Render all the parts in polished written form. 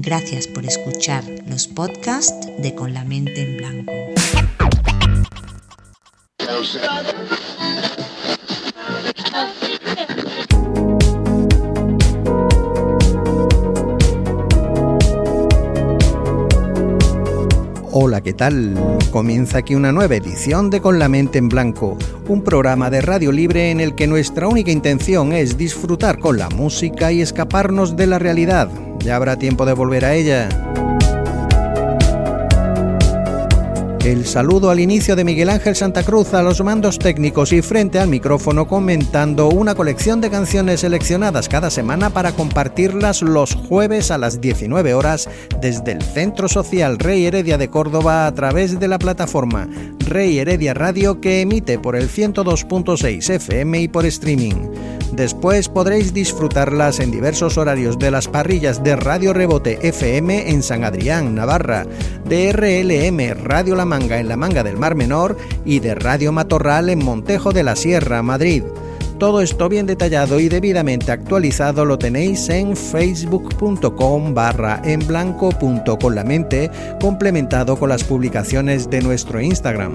Gracias por escuchar los podcasts de Con la Mente en Blanco. Hola, ¿qué tal? Comienza aquí una nueva edición de Con la Mente en Blanco, un programa de radio libre en el que nuestra única intención es disfrutar con la música y escaparnos de la realidad. Ya habrá tiempo de volver a ella. El saludo al inicio de Miguel Ángel Santa Cruz a los mandos técnicos y frente al micrófono comentando una colección de canciones seleccionadas cada semana para compartirlas los jueves a las 19 horas desde el Centro Social Rey Heredia de Córdoba a través de la plataforma Rey Heredia Radio que emite por el 102.6 FM y por streaming. Después podréis disfrutarlas en diversos horarios de las parrillas de Radio Rebote FM en San Adrián, Navarra, de RLM Radio La Manga en la Manga del Mar Menor y de Radio Matorral en Montejo de la Sierra, Madrid. Todo esto bien detallado y debidamente actualizado lo tenéis en facebook.com/enblanco.conlamente, complementado con las publicaciones de nuestro Instagram.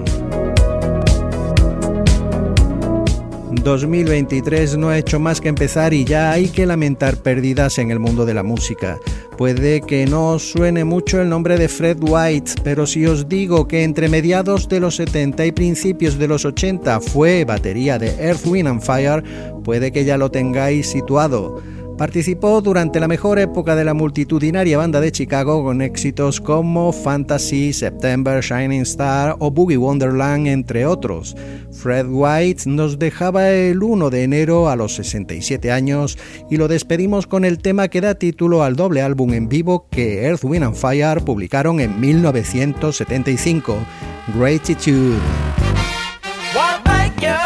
2023 no ha hecho más que empezar y ya hay que lamentar pérdidas en el mundo de la música. Puede que no os suene mucho el nombre de Fred White, pero si os digo que entre mediados de los 70 y principios de los 80 fue batería de Earth, Wind and Fire, puede que ya lo tengáis situado. Participó durante la mejor época de la multitudinaria banda de Chicago con éxitos como Fantasy, September, Shining Star o Boogie Wonderland, entre otros. Fred White nos dejaba el 1 de enero a los 67 años y lo despedimos con el tema que da título al doble álbum en vivo que Earth, Wind and Fire publicaron en 1975, Gratitude. Wanna thank you,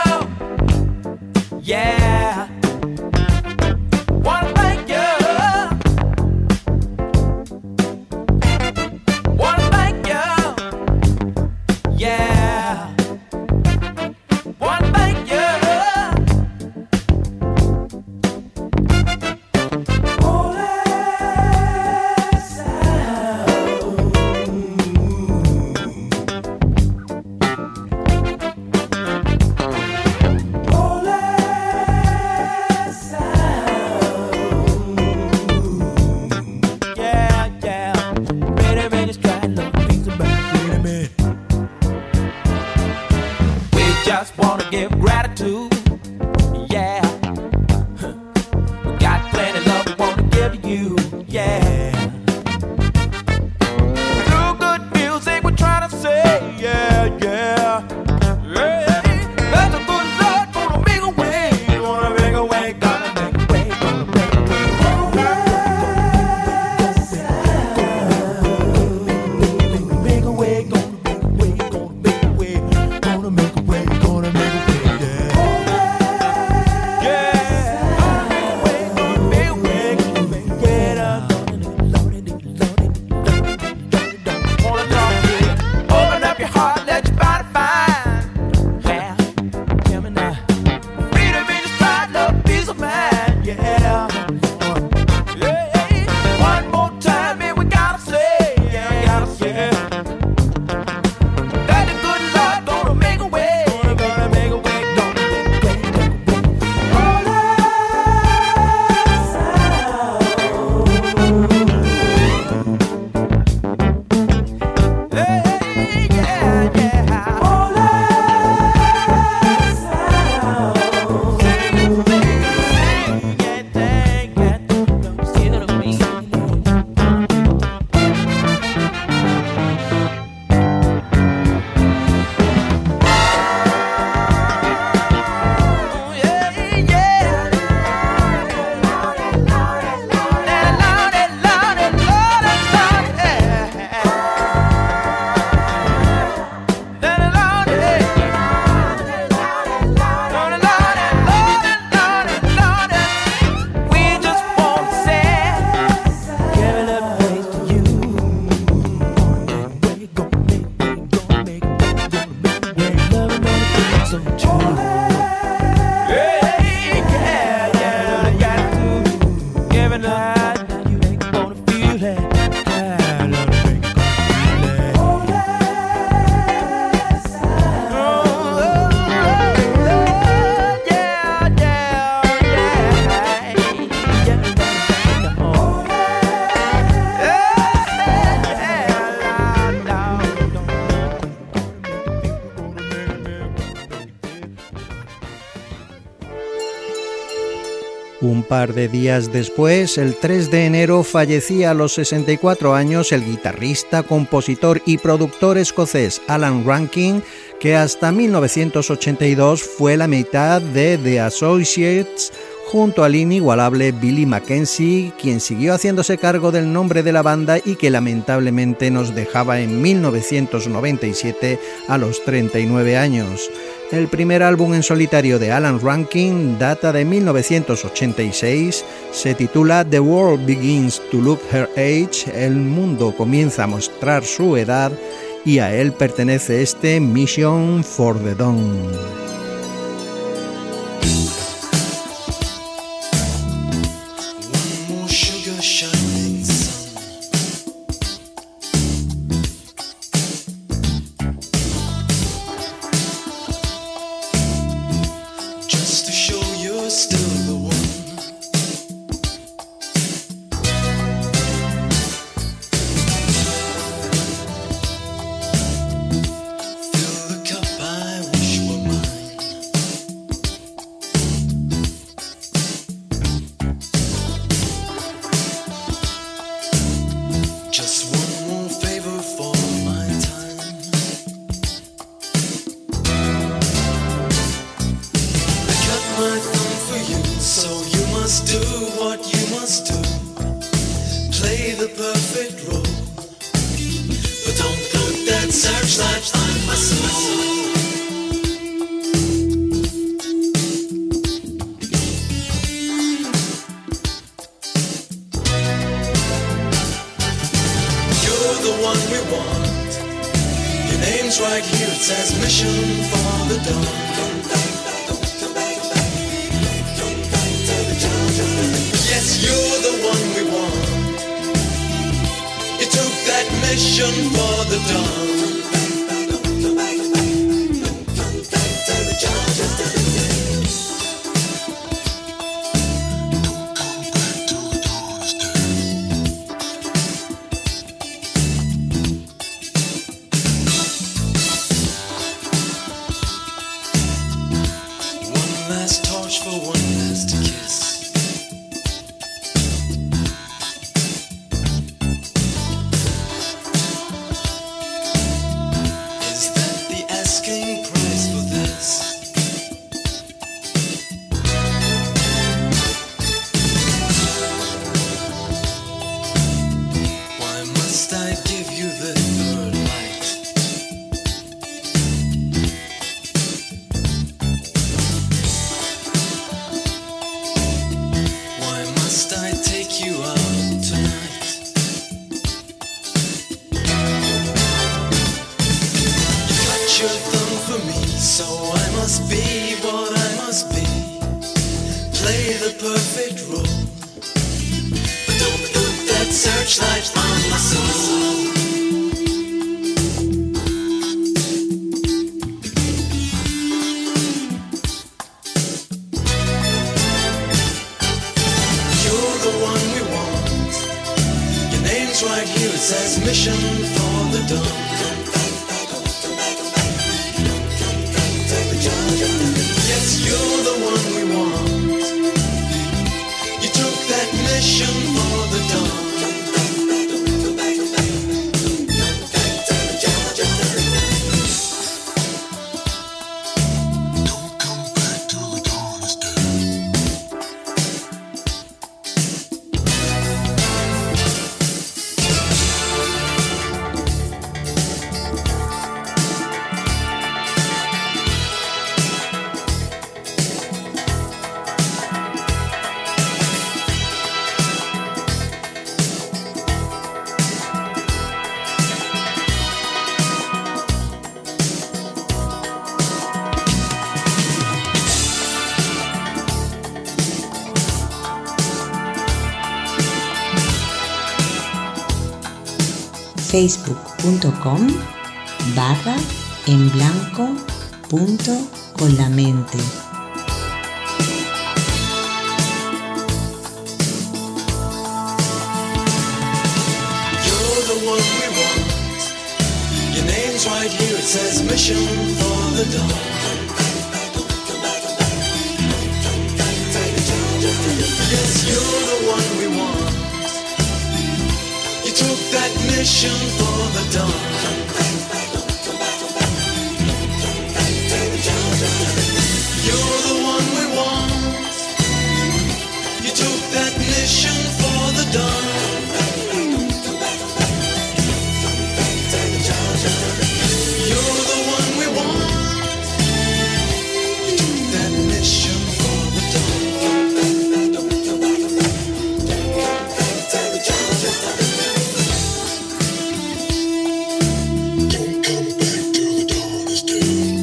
yeah. par de días después, el 3 de enero, fallecía a los 64 años el guitarrista, compositor y productor escocés Alan Rankin, que hasta 1982 fue la mitad de The Associates, junto al inigualable Billy Mackenzie, quien siguió haciéndose cargo del nombre de la banda y que lamentablemente nos dejaba en 1997 a los 39 años. El primer álbum en solitario de Alan Rankin data de 1986, se titula The World Begins to Look Her Age, el mundo comienza a mostrar su edad, y a él pertenece este Mission for the Dawn. facebook.com/enblanco.conlamente. You're the one we want. Your name's right here, it says Mission for the Dawn. Yes, mission for the dawn. You're the one we want. You took that mission for the dawn. You're the one we want. You took that mission for the dawn. Don't come back till the dawn is done.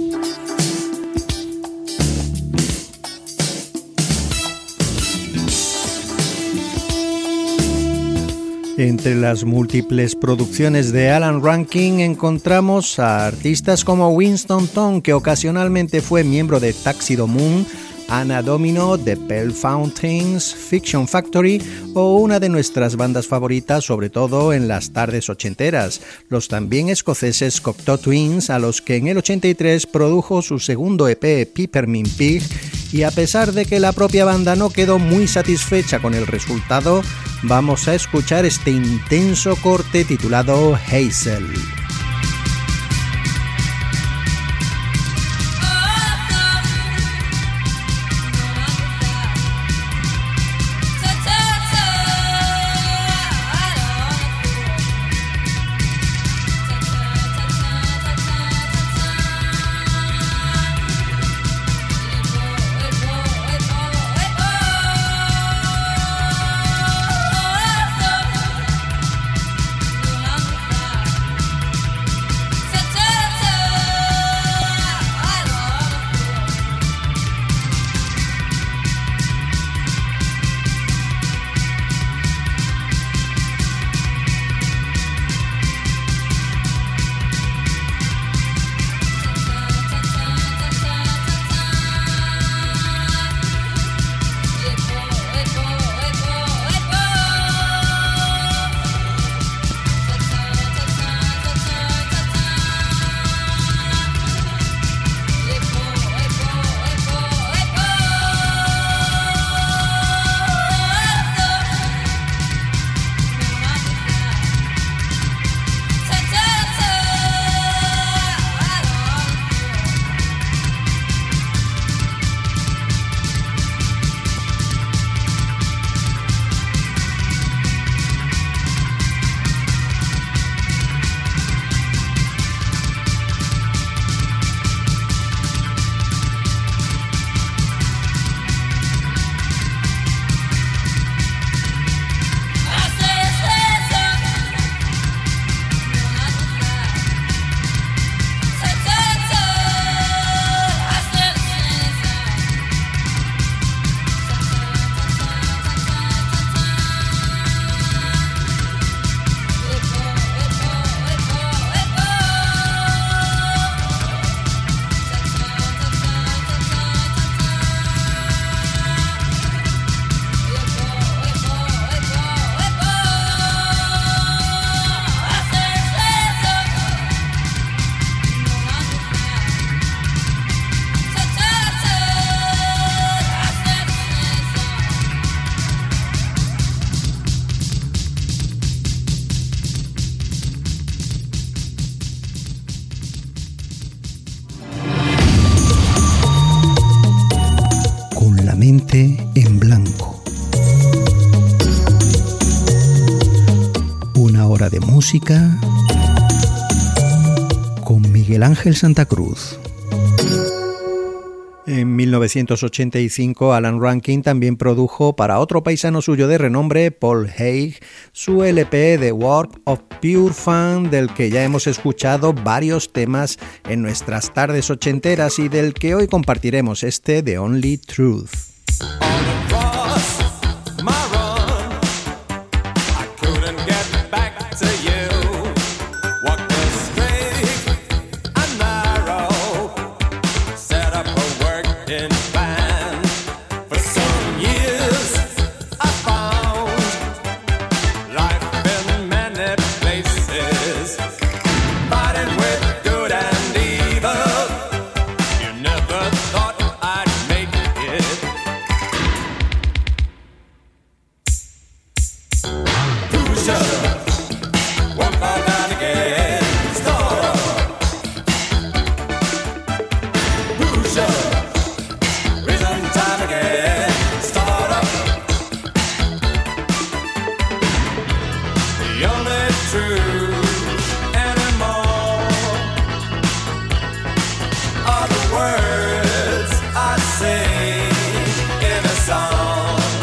Entre las múltiples producciones de Alan Rankin encontramos a artistas como Winston Tong, que ocasionalmente fue miembro de Tuxedo Moon, Anna Domino, The Pale Fountains, Fiction Factory o una de nuestras bandas favoritas, sobre todo en las tardes ochenteras, los también escoceses Cocteau Twins, a los que en el 83 produjo su segundo EP Peppermint Pig, y a pesar de que la propia banda no quedó muy satisfecha con el resultado, vamos a escuchar este intenso corte titulado Hazel. En blanco. Una hora de música con Miguel Ángel Santa Cruz. En 1985, Alan Rankin también produjo para otro paisano suyo de renombre, Paul Haig, su LP The Work of Pure Fun, del que ya hemos escuchado varios temas en nuestras tardes ochenteras y del que hoy compartiremos este The Only Truth. only truth anymore are the words I sing in a song.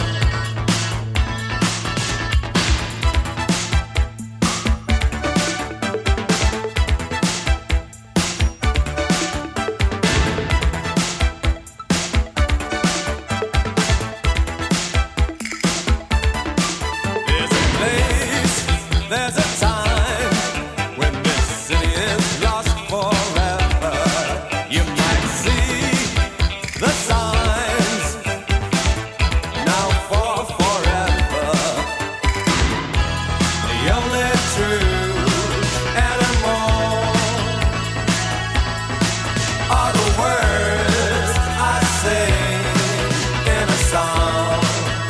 There's a time when this city is lost forever. You might see the signs now for forever. The only truth anymore are the words I sing in a song.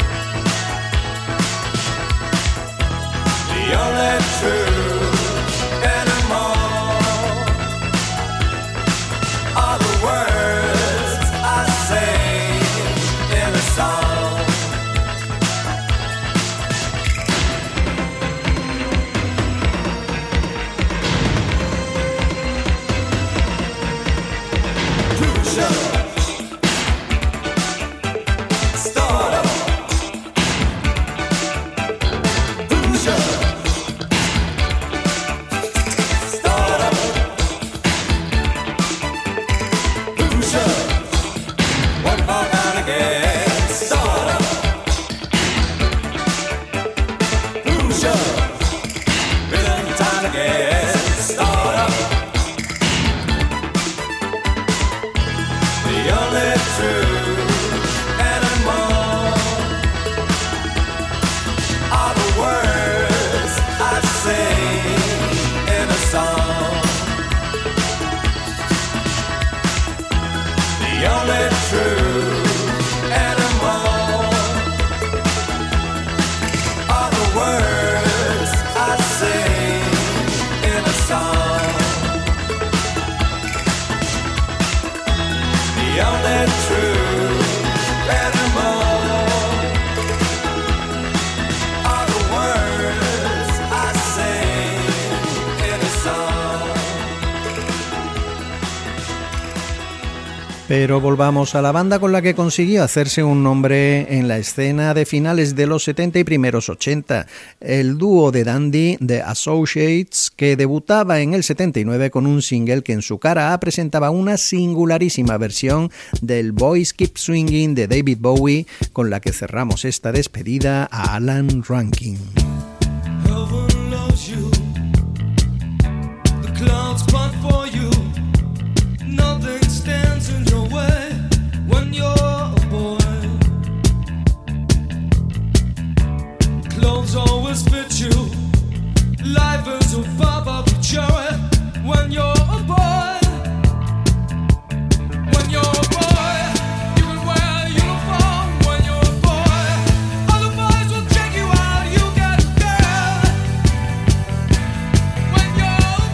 The only truth anymore are the words I sing in a song. Push up, start up, push up. Pero volvamos a la banda con la que consiguió hacerse un nombre en la escena de finales de los 70 y primeros 80, el dúo de dandy The Associates, que debutaba en el 79 con un single que en su cara A presentaba una singularísima versión del Boys Keep Swinging de David Bowie, con la que cerramos esta despedida a Alan Rankin. Nothing stands in your way when you're a boy. Clothes always fit you. Life is a pop of joy when you're a boy. When you're a boy, you can wear a uniform. When you're a boy, other boys will check you out. You get a girl. When you're a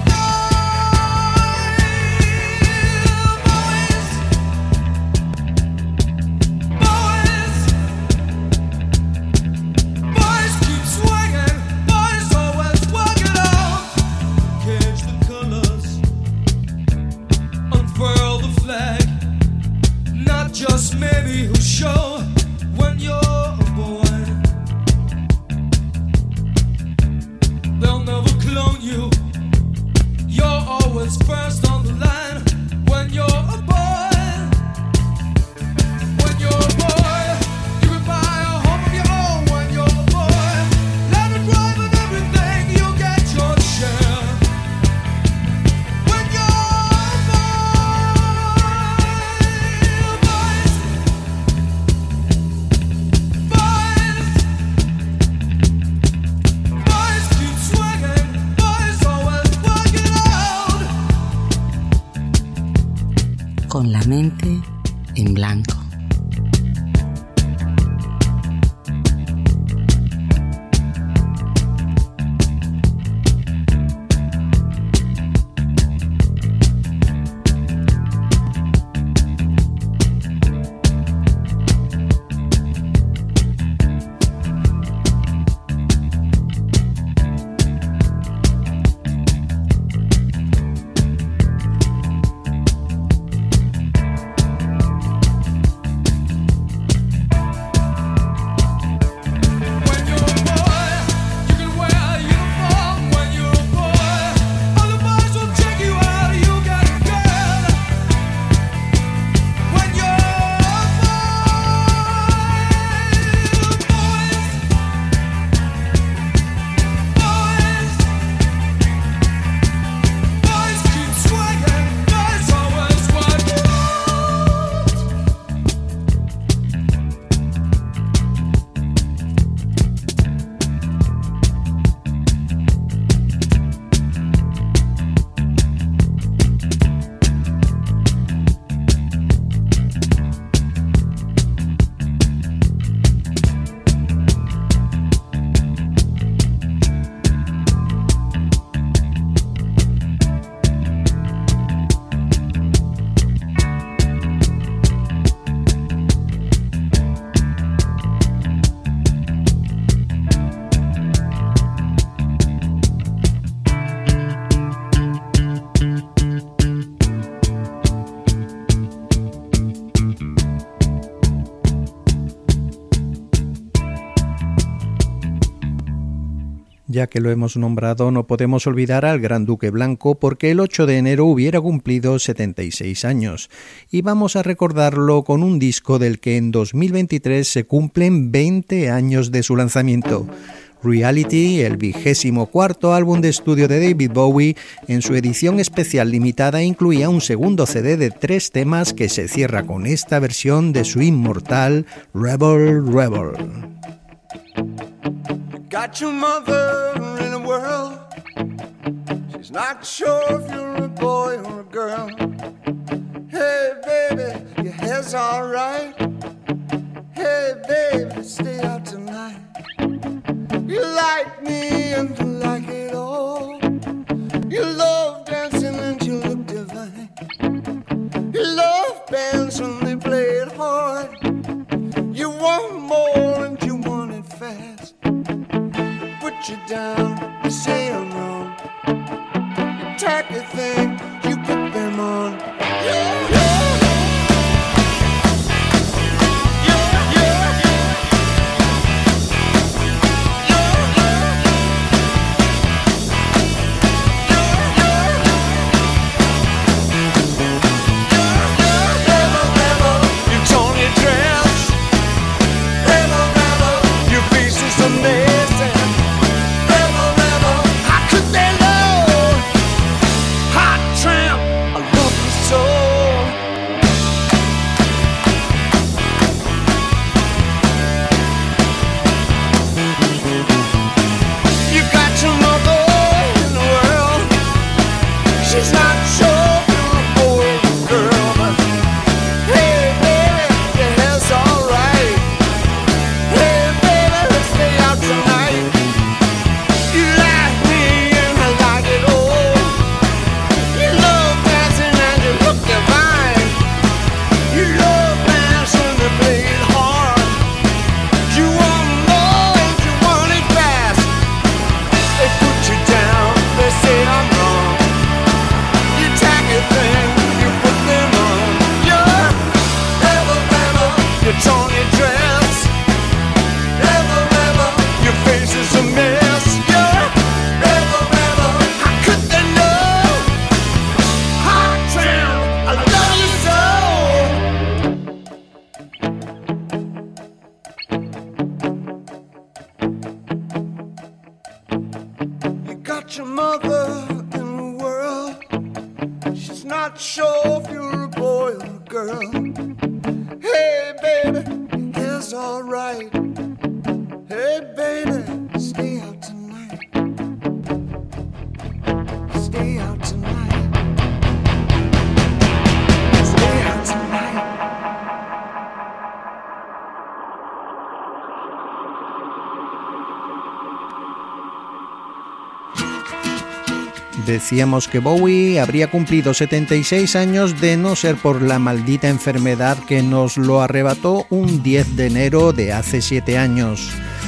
just maybe who show when you're a boy. They'll never clone you. You're always first on the line when you're a boy. When you're a boy, you can buy a home of your own. When you're a boy, let it drive and everything, you get your share. When you're a boy, con la mente en blanco. Ya que lo hemos nombrado, no podemos olvidar al Gran Duque Blanco porque el 8 de enero hubiera cumplido 76 años. Y vamos a recordarlo con un disco del que en 2023 se cumplen 20 años de su lanzamiento. Reality, el 24º álbum de estudio de David Bowie, en su edición especial limitada incluía un segundo CD de 3 temas que se cierra con esta versión de su inmortal Rebel Rebel. Got your mother in the world. She's not sure if you're a boy or a girl. Hey baby, your hair's alright. Hey baby, stay out tonight. You like me and you like it all. You love dancing and you look divine. You love bands when they play it hard. You want more and you want it fast. Put you down, you say I'm wrong. You tack your thing, you put them on. Yeah, yeah. Decíamos que Bowie habría cumplido 76 años de no ser por la maldita enfermedad que nos lo arrebató un 10 de enero de hace 7 años.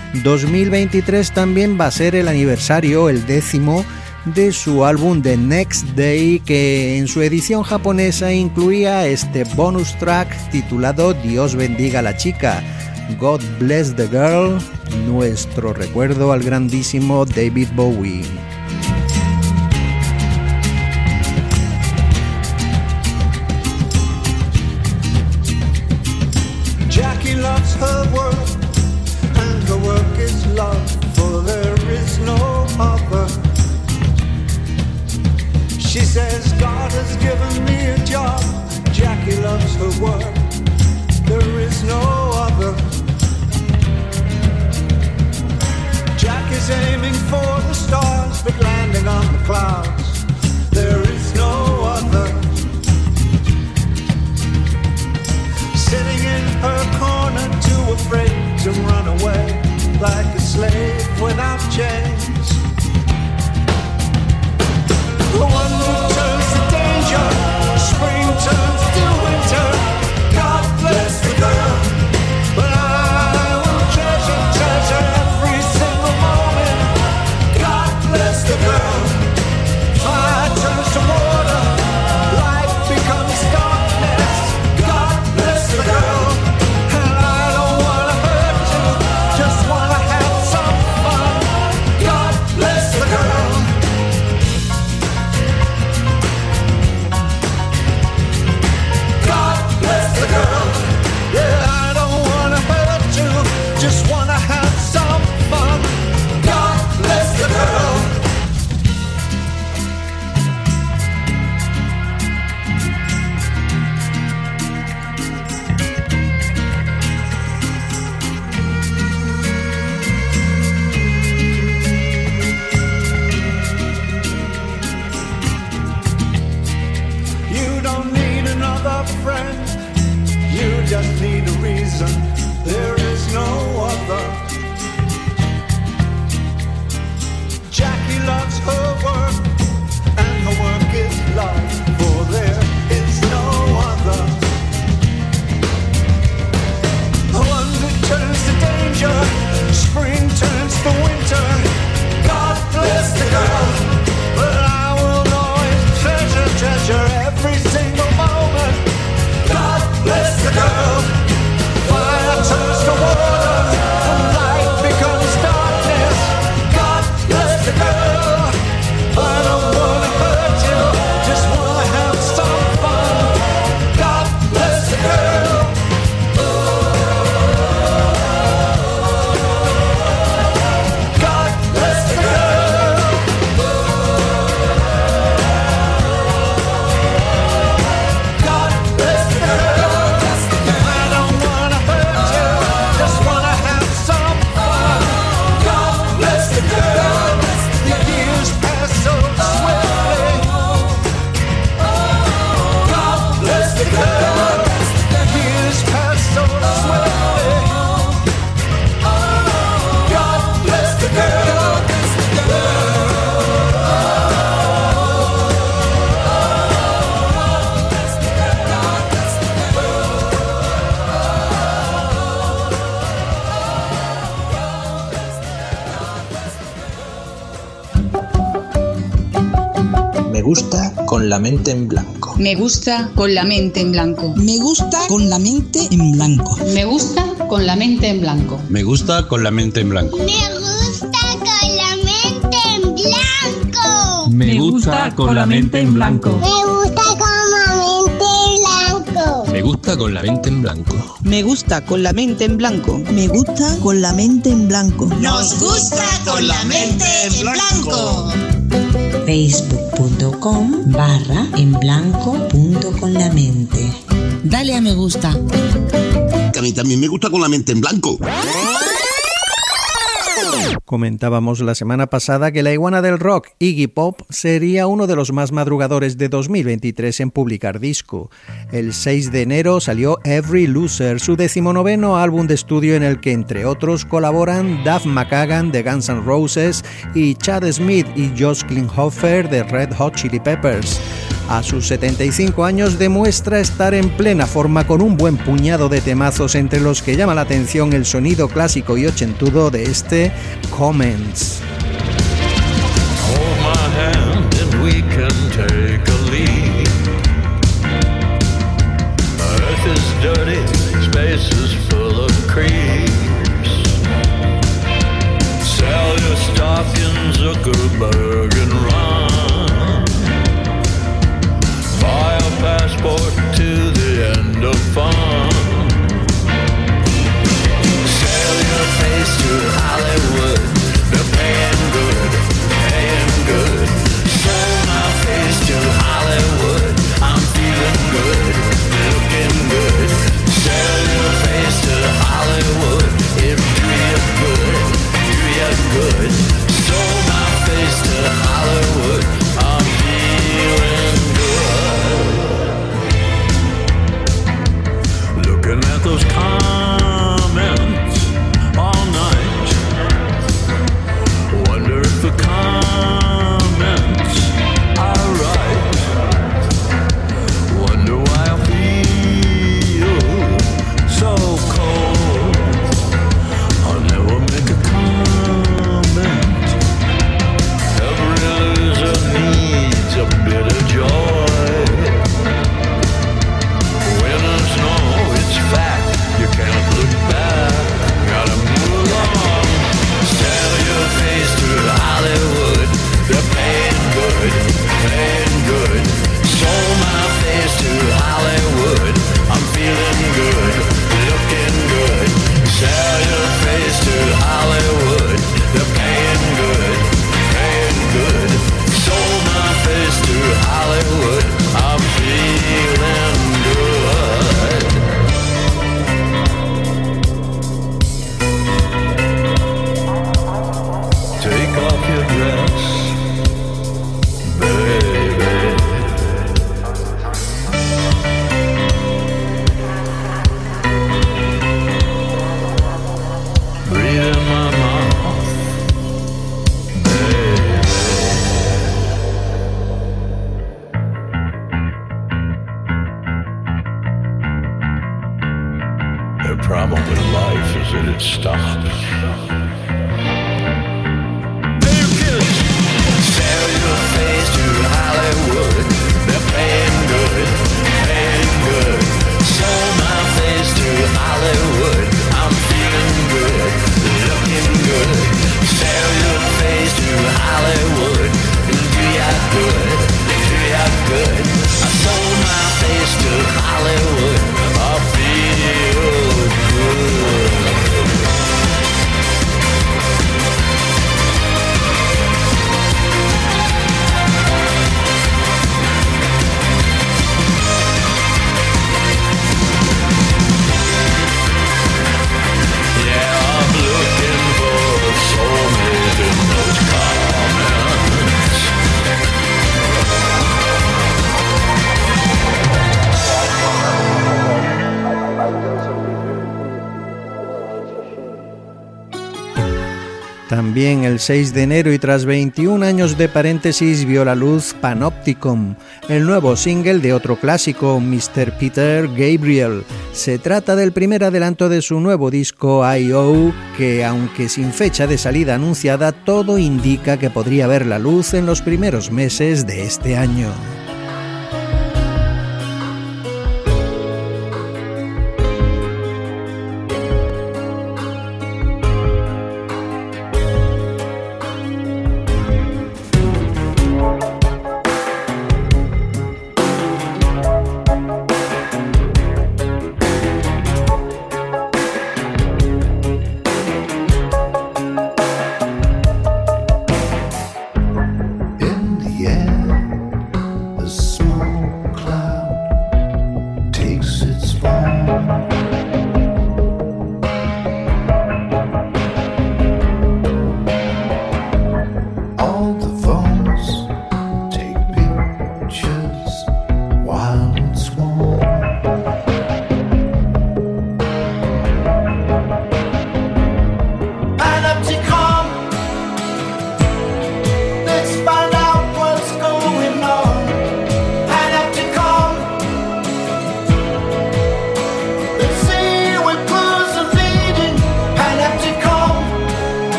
2023 también va a ser el aniversario, el 10º, de su álbum The Next Day, que en su edición japonesa incluía este bonus track titulado Dios bendiga a la chica, God Bless the Girl, nuestro recuerdo al grandísimo David Bowie. Jackie loves her work, and her work is love, for there is no other. She says, God has given me a job. Jackie loves her work, there is no other. Jack is aiming for the stars, but landing on the clouds, there is no other. Sitting in her corner, too afraid to run away, like a slave without chains. Wonder turns to danger, spring turns to winter. God bless the girl, but I will treasure every single moment. God bless reason, there is no other. Jackie loves her work, and her work is love, for there is no other. Wonder turns to danger, spring turns to winter. God bless the girl, but I will always treasure every single moment. God bless the girl. Fire turns to water, and light becomes darkness. God bless the girl. I don't wanna hurt you, just wanna have some fun. God bless the girl. God bless the girl. God bless the girl. I don't wanna hurt you, just wanna have some fun. God bless the girl. The years pass so swiftly. God bless the girl. The years pass so swiftly. God bless the girl. Me gusta con la mente en blanco. Me gusta con la mente en blanco. Me gusta con la mente en blanco. Me gusta con la mente en blanco. Me gusta con la mente en blanco. Me gusta con la mente en blanco. Me gusta con la mente en blanco. Me gusta con la mente en blanco. Me gusta con la mente en blanco. Me gusta con la mente en blanco. Me gusta con la mente en blanco. Nos gusta con la mente en blanco. facebook.com/enblanco.conlamente. Dale a me gusta. Que a mí también me gusta con la mente en blanco. Comentábamos la semana pasada que la iguana del rock, Iggy Pop, sería uno de los más madrugadores de 2023 en publicar disco. El 6 de enero salió Every Loser, su 19º álbum de estudio en el que, entre otros, colaboran Duff McKagan de Guns N' Roses y Chad Smith y Josh Klinghoffer de Red Hot Chili Peppers. A sus 75 años demuestra estar en plena forma con un buen puñado de temazos, entre los que llama la atención el sonido clásico y ochentudo de este Comments. Hold my hand and we can take a lead. Earth is dirty, space is full of creeps. Sell your stock in Zuckerberg and run. Buy a passport to the end of fun. Sell your face to Hollywood. They're paying it stops. Sell your face to Hollywood. They're paying good, paying good. Sold my face to Hollywood. I'm feeling good, looking good. Sell your face to Hollywood. Do ya good, do ya good. I sold my face to Hollywood. I feel good. También el 6 de enero y tras 21 años de paréntesis vio la luz Panopticon, el nuevo single de otro clásico, Mr. Peter Gabriel. Se trata del primer adelanto de su nuevo disco I.O., que aunque sin fecha de salida anunciada, todo indica que podría ver la luz en los primeros meses de este año.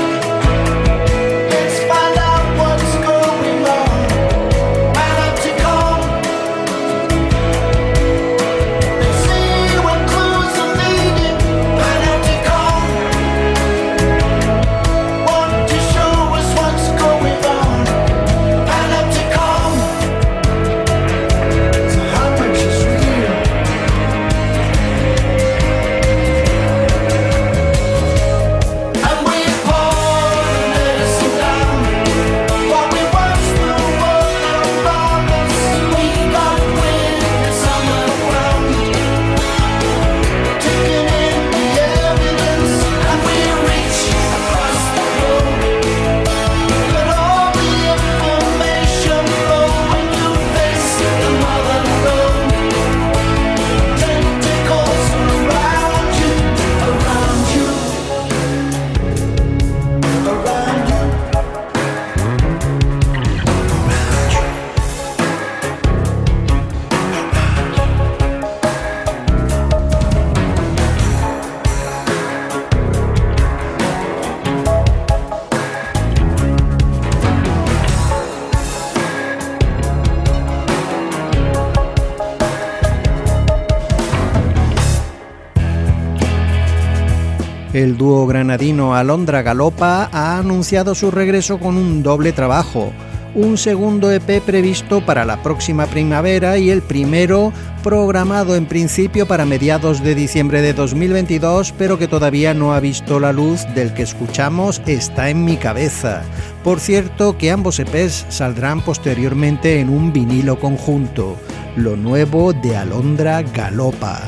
Panopticon. El dúo granadino Alondra Galopa ha anunciado su regreso con un doble trabajo, un segundo EP previsto para la próxima primavera y el primero programado en principio para mediados de diciembre de 2022, pero que todavía no ha visto la luz. Del que escuchamos Está en mi cabeza. Por cierto, que ambos EPs saldrán posteriormente en un vinilo conjunto, lo nuevo de Alondra Galopa.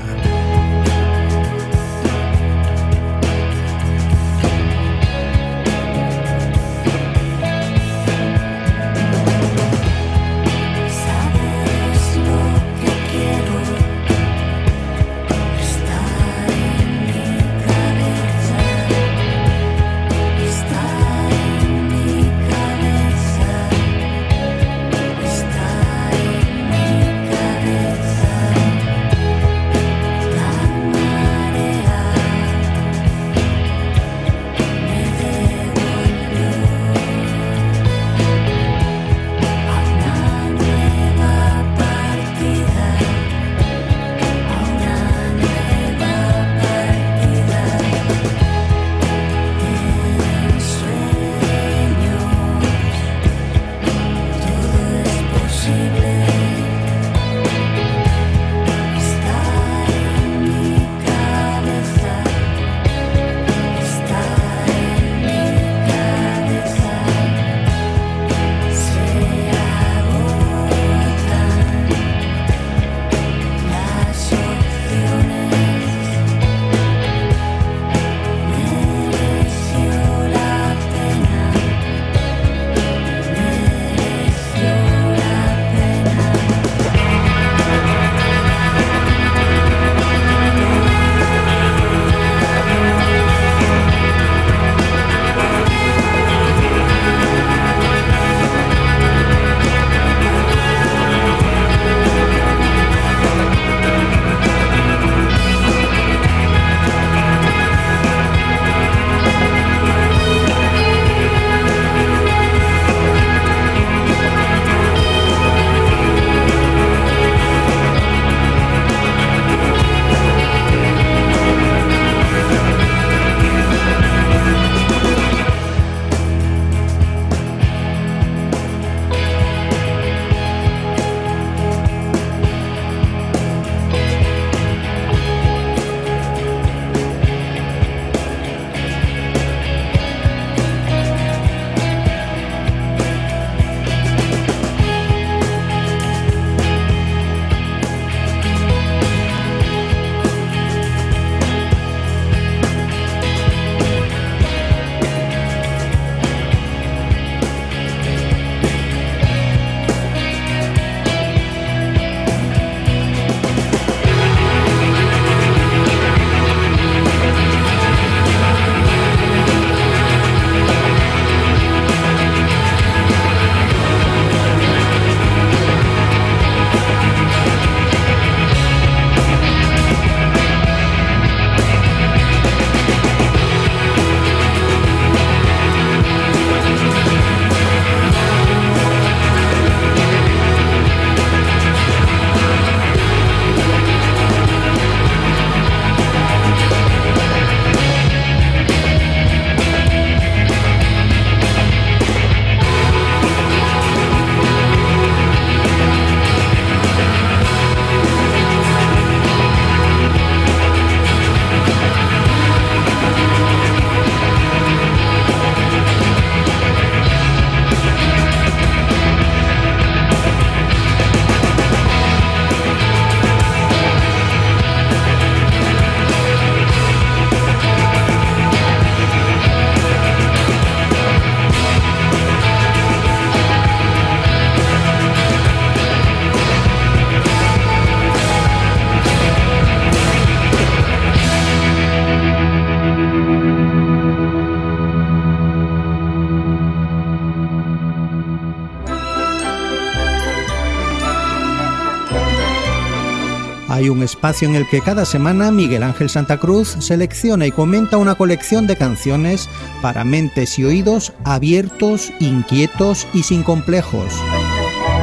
Hay un espacio en el que cada semana Miguel Ángel Santa Cruz selecciona y comenta una colección de canciones para mentes y oídos abiertos, inquietos y sin complejos.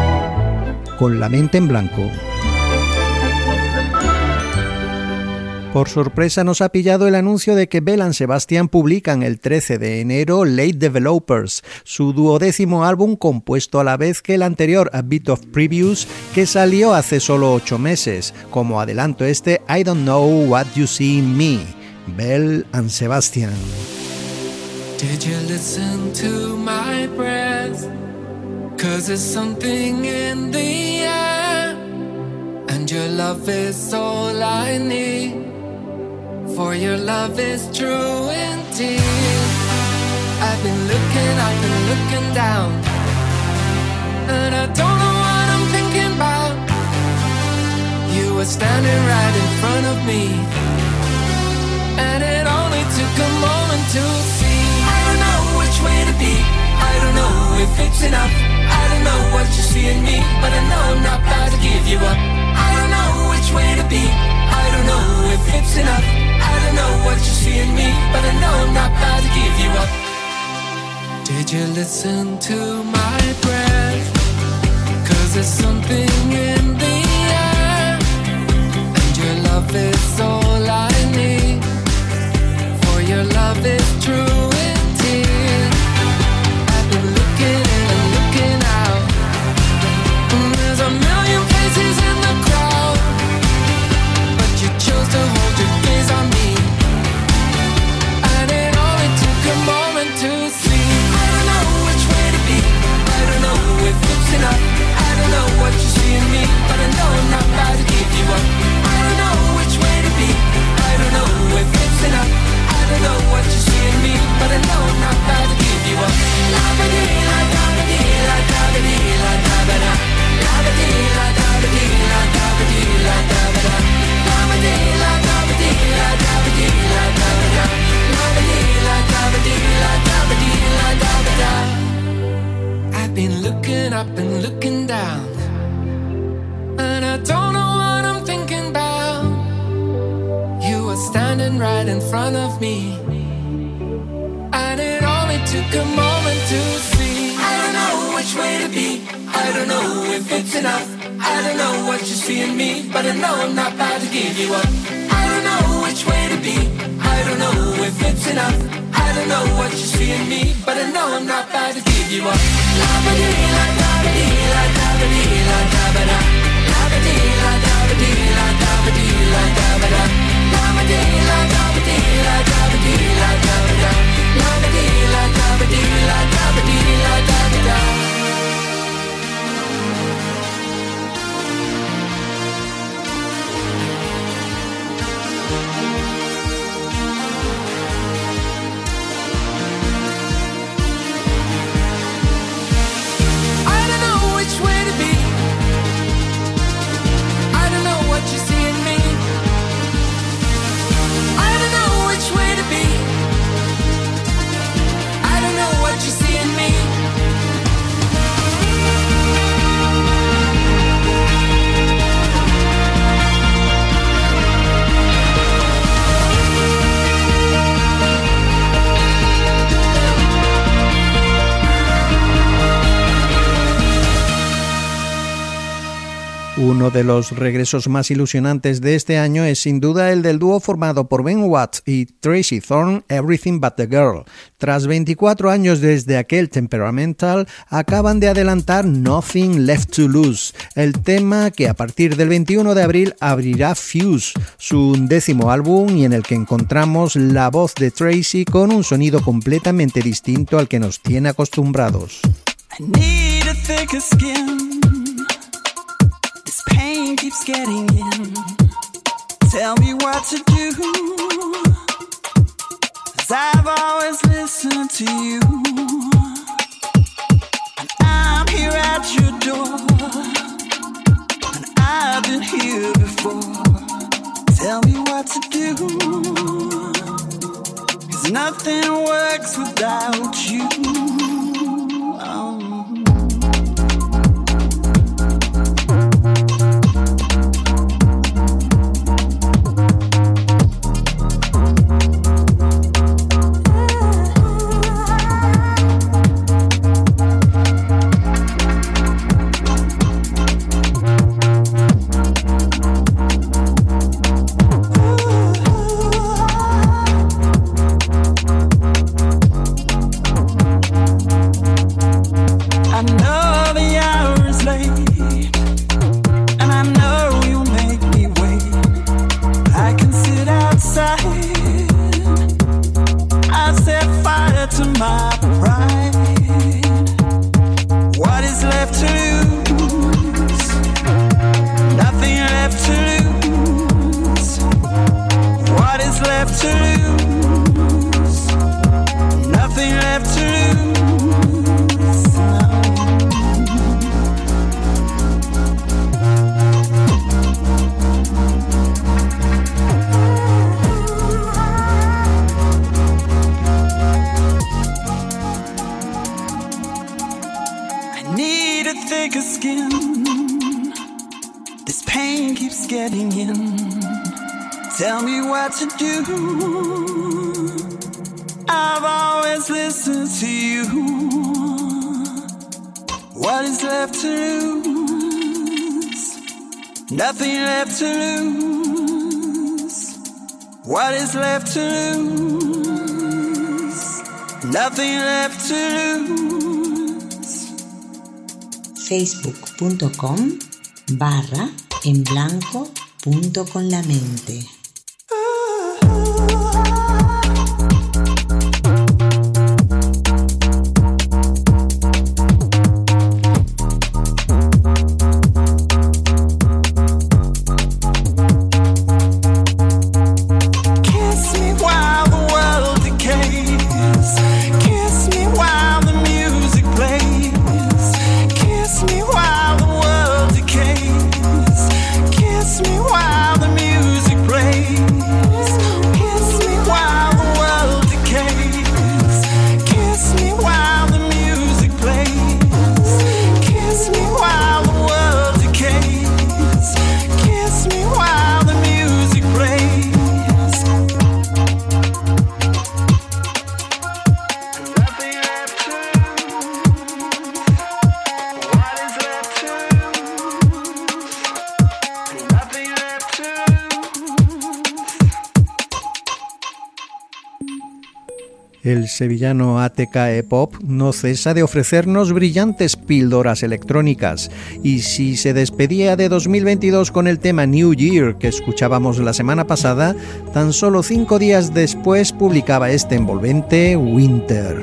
Con la mente en blanco. Por sorpresa nos ha pillado el anuncio de que Belle and Sebastian publican el 13 de enero Late Developers, su 12º álbum compuesto a la vez que el anterior A Bit of Previews, que salió hace solo 8 meses. Como adelanto este I Don't Know What You See in Me, Belle and Sebastian. Did you listen to my breath? 'Cause there's something in the air, and your love is all I need. For your love is true indeed. I've been looking up and looking down, and I don't know what I'm thinking about. You were standing right in front of me, and it only took a moment to see. I don't know which way to be, I don't know if it's enough. I don't know what you see in me, but I know I'm not about to give you up. I don't know which way to be, I don't know if it's enough. I don't know what you see in me, but I know I'm not about to give you up. Did you listen to my breath? 'Cause there's something in the air, and your love is all I need. For your love is true indeed. I've been looking in and looking out, and there's a million faces in the crowd, but you chose to hold your gaze on me, and it only took a moment to see. I don't know which way to be, I don't know if it's enough. I don't know what you see in me, but I know I'm not about to give you up. I don't know which way to be, I don't know if it's enough. I don't know what you see in me, but I know I'm not about to give you up. La-ba-dee, la-da-ba-dee, la-da-ba-dee, la-da-ba-da. La-ba-dee, la-da-ba-dee, la-da-ba-dee, la-da-ba-da. La-ba-dee, la-da-ba-dee, la-da-ba-dee, la-da-ba-da. La-ba-dee, la-da-ba-dee, la-da-ba-dee, la-da-ba-da. I've been looking up and looking down, and I don't know what I'm thinking about. You were standing right in front of me, and it only took a moment to see. I don't know which way to be, I don't know if it's enough. I don't know what you see in me, but I know I'm not about to give you up. I don't know which way to be, I don't know if it's enough. I don't know what you see in me, but I know I'm not about to give you up. La-ba-dee, la-da-ba-dee, la-da-ba-dee, la-da-ba-da. La-ba-dee, la-da-ba-dee, la-da-ba-dee, la-da-ba-da. La-ba-dee, la-da-ba-dee, la-da-ba-dee, la-da-ba-da. La-ba-dee, la-da-ba-dee, la-da-ba-dee, la-da-ba-da. You see in me, I don't know which way to be, I don't know what you see in me. Uno de los regresos más ilusionantes de este año es sin duda el del dúo formado por Ben Watt y Tracy Thorn, Everything But The Girl. Tras 24 años desde aquel Temperamental, acaban de adelantar Nothing Left to Lose, el tema que a partir del 21 de abril abrirá Fuse, su 10º álbum, y en el que encontramos la voz de Tracy con un sonido completamente distinto al que nos tiene acostumbrados. I need a thicker skin. This pain keeps getting in. Tell me what to do, 'cause I've always listened to you, and I'm here at your door, and I've been here before. Tell me what to do, 'cause nothing works without you. Ooh. thicker skin. This pain keeps getting in. Tell me what to do. I've always listened to you. What is left to lose? Nothing left to lose. What is left to lose? Nothing left to lose. Facebook.com/enblanco.conlamente. El sevillano ATK Pop no cesa de ofrecernos brillantes píldoras electrónicas, y si se despedía de 2022 con el tema New Year que escuchábamos la semana pasada, tan solo 5 días después publicaba este envolvente Winter.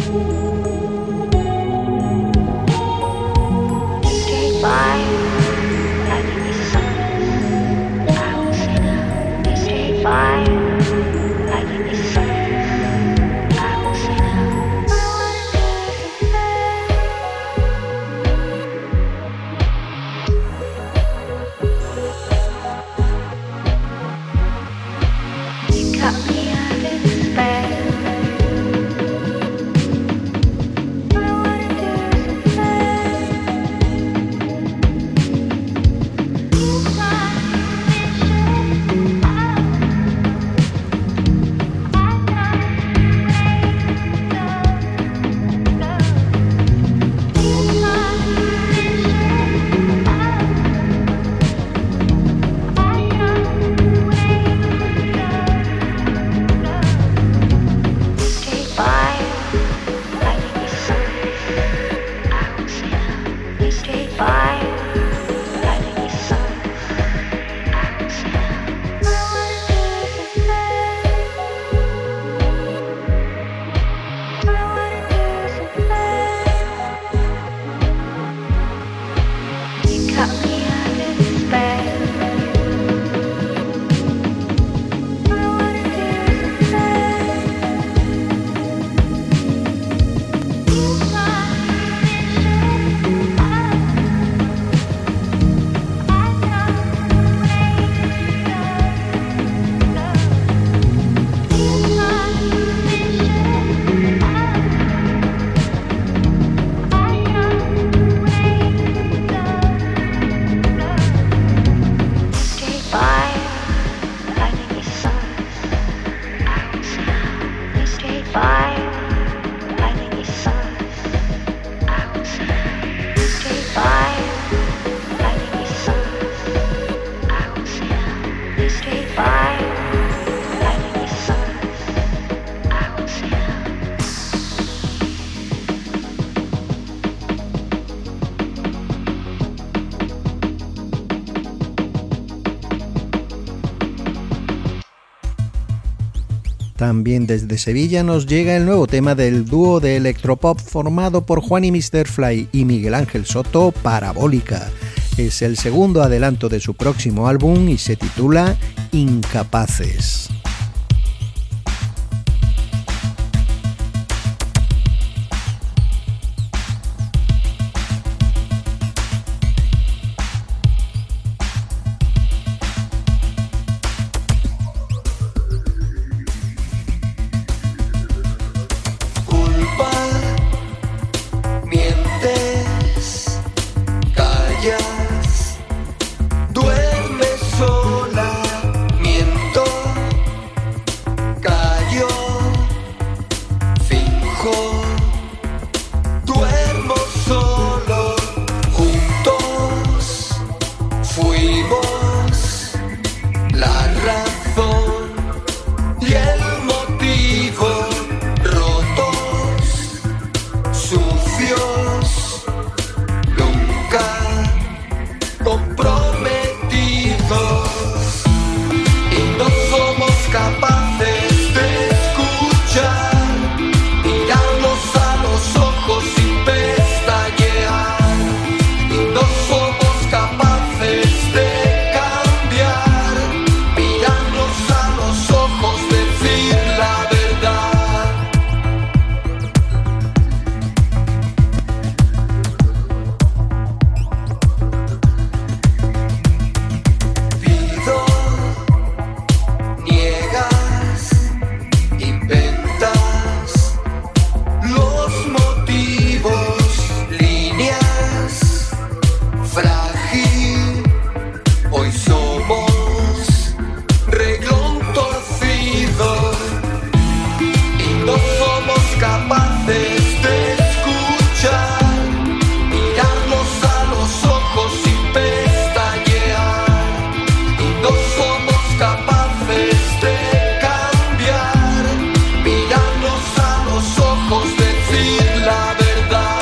También desde Sevilla nos llega el nuevo tema del dúo de electropop formado por Juan y Mr. Fly y Miguel Ángel Soto, Parabólica. Es el segundo adelanto de su próximo álbum y se titula Incapaces. callas, duerme sola, miento, callo, finjo, duermo solo, juntos fuimos la razón y el motivo, rotos, sucios, nunca comprometidos, y no somos capaces de escuchar, mirarnos a los ojos sin pestañear, y no somos capaces de cambiar, mirarnos a los ojos, decir la verdad. Pido, niegas, inventas los motivos, líneas, frágil, hoy somos reglón torcido, y no somos capaces de escuchar, mirarnos a los ojos sin pestañear, y no somos capaces de cambiar, mirarnos a los ojos, decir la verdad.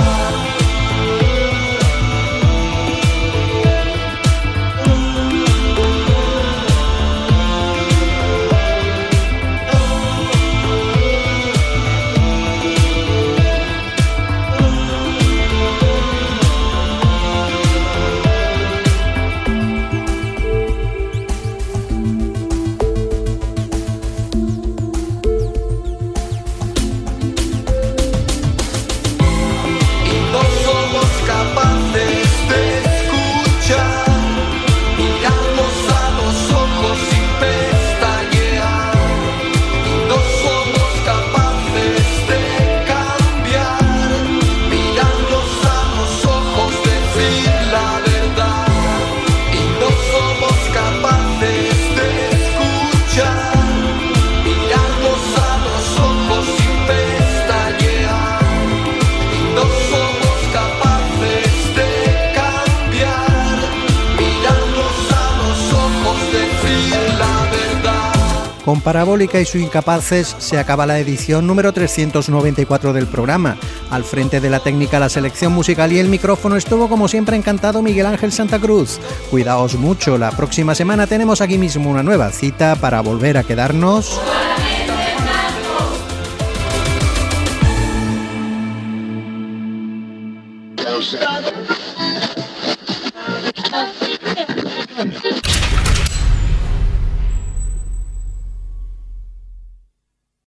Y no somos capaces de escuchar, mirarnos a los ojos sin pestañear, y no somos capaces de cambiar, mirarnos a los ojos, decir la verdad, y no somos capaces de escuchar, mirarnos a los ojos sin pestañear, y no somos capaces de cambiar, mirarnos a los ojos, decir la verdad. Con Parabólica y sus Incapaces se acaba la edición número 394 del programa. Al frente de la técnica, la selección musical y el micrófono estuvo como siempre encantado Miguel Ángel Santa Cruz. Cuidaos mucho, la próxima semana tenemos aquí mismo una nueva cita para volver a quedarnos Closer.